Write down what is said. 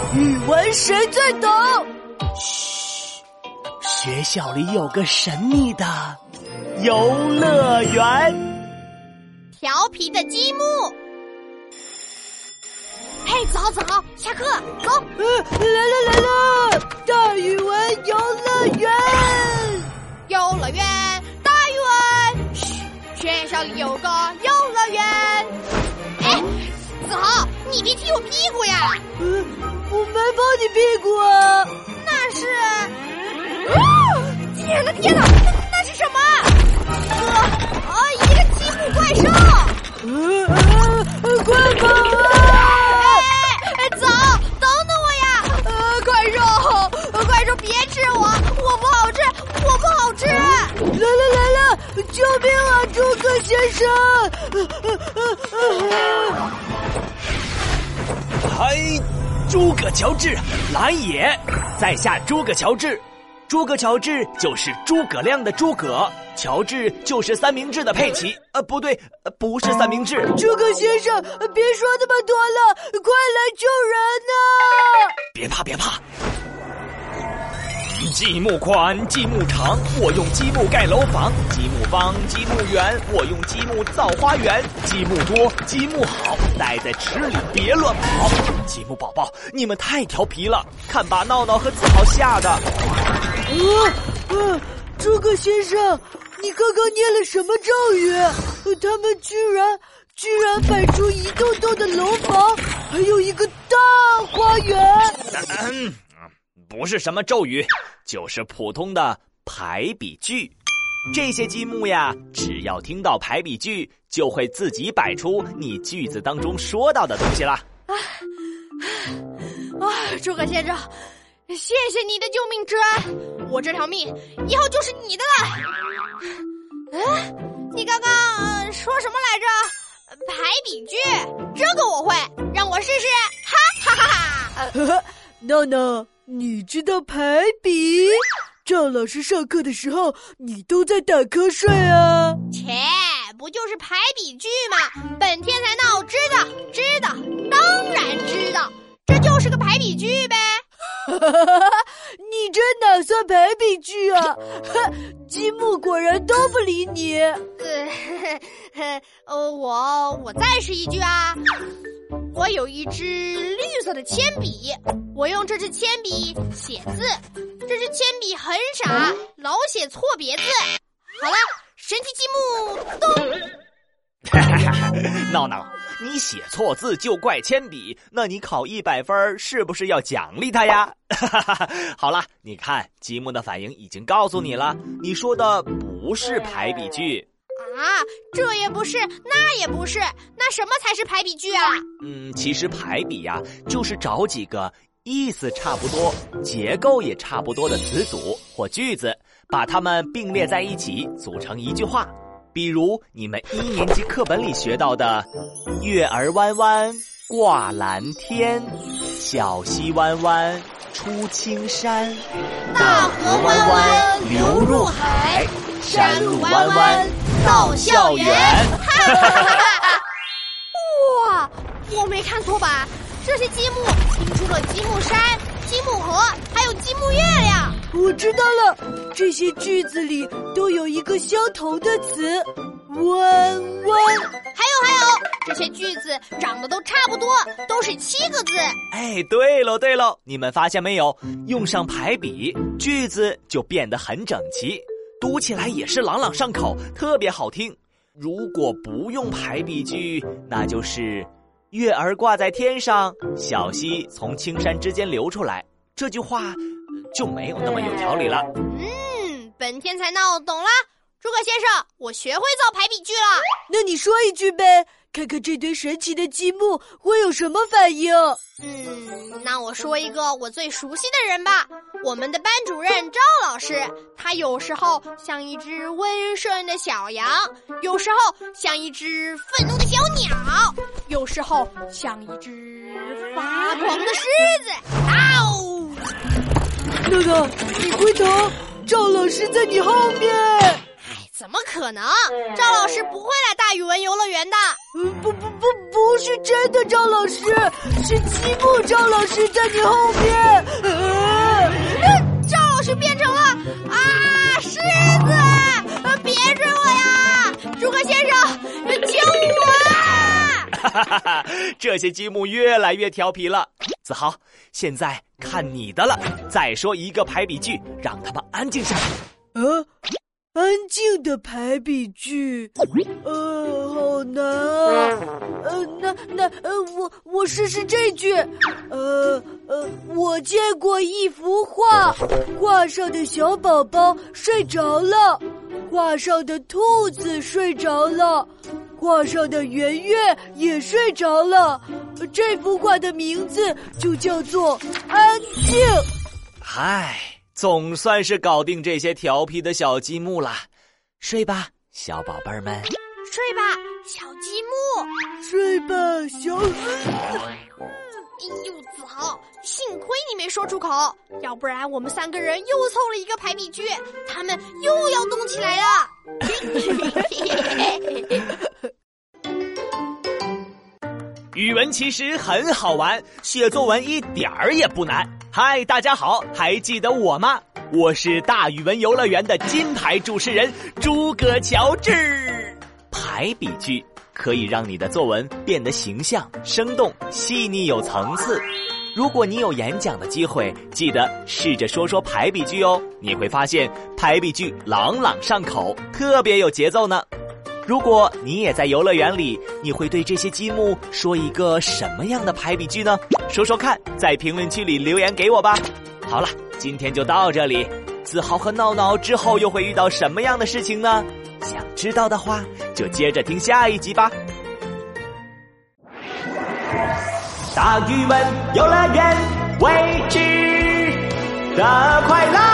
语文谁最懂？嘘，学校里有个神秘的游乐园。 调皮的积木。嘿，走，下课，走。 来了！大语文游乐园。 游乐园，大语文。嘘，学校里有个游乐园。哎，子豪，你别踢我屁股呀！ 我没碰你屁股啊。 那是……天哪！那是什么？一个积木怪兽！ 快跑啊！ 走，等等我呀！怪兽，别吃我！我不好吃！ 来了！救命啊，诸葛先生！ 嗨，诸葛乔治，来也！在下诸葛乔治。诸葛乔治就是诸葛亮的诸葛，乔治就是三明治的佩奇。不对，不是三明治。 诸葛先生，别说那么多了，快来救人呐！ 别怕。积木宽，积木长，我用积木盖楼房；积木方，积木圆，我用积木造花园。积木多，积木好，待在池里别乱跑。积木宝宝，你们太调皮了，看把闹闹和子豪吓的。 诸葛先生，你刚刚念了什么咒语？他们居然摆出一栋栋的楼房，还有一个大花园。 不是什么咒语，就是普通的排比句。这些积木呀，只要听到排比句，就会自己摆出你句子当中说到的东西啦。 诸葛先生，谢谢你的救命之恩，我这条命以后就是你的了。你刚刚说什么来着？排比句，这个我会，让我试试。哈！ 闹闹，你知道排比？赵老师上课的时候，你都在打瞌睡啊。 不就是排比句吗？本天才闹知道，当然知道，这就是个排比句呗。 你这哪算排比句啊？积木果然都不理你。 我再试一句啊。我有一支绿色的铅笔，我用这支铅笔写字，这支铅笔很傻，老写错别字。好了，神奇积木动。 闹闹，你写错字就怪铅笔，那你考100分是不是要奖励他呀？好了，你看积木的反应已经告诉你了，你说的不是排比句。 这也不是，那也不是，那什么才是排比句啊？ 其实排比呀，就是找几个意思差不多、结构也差不多的词组或句子，把它们并列在一起，组成一句话。比如你们1年级课本里学到的“月儿弯弯挂蓝天，小溪弯弯出青山， 大河弯弯流入海，山路弯弯到校园。”哇，我没看错吧？这些积木拼出了积木山、积木河，还有积木月亮。 我知道了，这些句子里都有一个相同的词“弯弯”。 还有，这些句子长得都差不多，都是7个字。 对喽，你们发现没有？用上排比，句子就变得很整齐，读起来也是朗朗上口，特别好听。如果不用排比句，那就是月儿挂在天上，小溪从青山之间流出来，这句话就没有那么有条理了。 本天才闹懂了。诸葛先生，我学会造排比句了。 那你说一句呗，看看这堆神奇的积木会有什么反应。 那我说一个我最熟悉的人吧，我们的班主任赵老师。他有时候像一只温顺的小羊，有时候像一只愤怒的小鸟，有时候像一只发狂的狮子。 闹闹，你回头，赵老师在你后面。 怎么可能？赵老师不会来大语文游乐园的。 不是真的，赵老师，是积木赵老师在你后面。 赵老师变成了狮子！别追我呀！诸葛先生，救我啊！ 哈哈哈！这些积木越来越调皮了。子豪，现在看你的了。再说一个排比句，让他们安静下来。 安静的排比句，好难啊。我试试这句。我见过一幅画，画上的小宝宝睡着了，画上的兔子睡着了，画上的圆月也睡着了。这幅画的名字就叫做安静。 嗨，总算是搞定这些调皮的小积木啦。睡吧，小宝贝儿们。 睡吧，小积木。 睡吧，小子豪，幸亏你没说出口，要不然我们3个人又凑了一个排比句，他们又要动起来了。 语文其实很好玩，写作文一点儿也不难。嗨，大家好，还记得我吗？我是大语文游乐园的金牌主持人诸葛乔治。排比句可以让你的作文变得形象、生动、细腻有层次。如果你有演讲的机会，记得试着说说排比句哦，你会发现排比句朗朗上口，特别有节奏呢。如果你也在游乐园里，你会对这些积木说一个什么样的排比句呢？说说看，在评论区里留言给我吧。好了，今天就到这里。子豪和闹闹之后又会遇到什么样的事情呢？想知道的话，就接着听下一集吧。大语文游乐园，未知的快乐。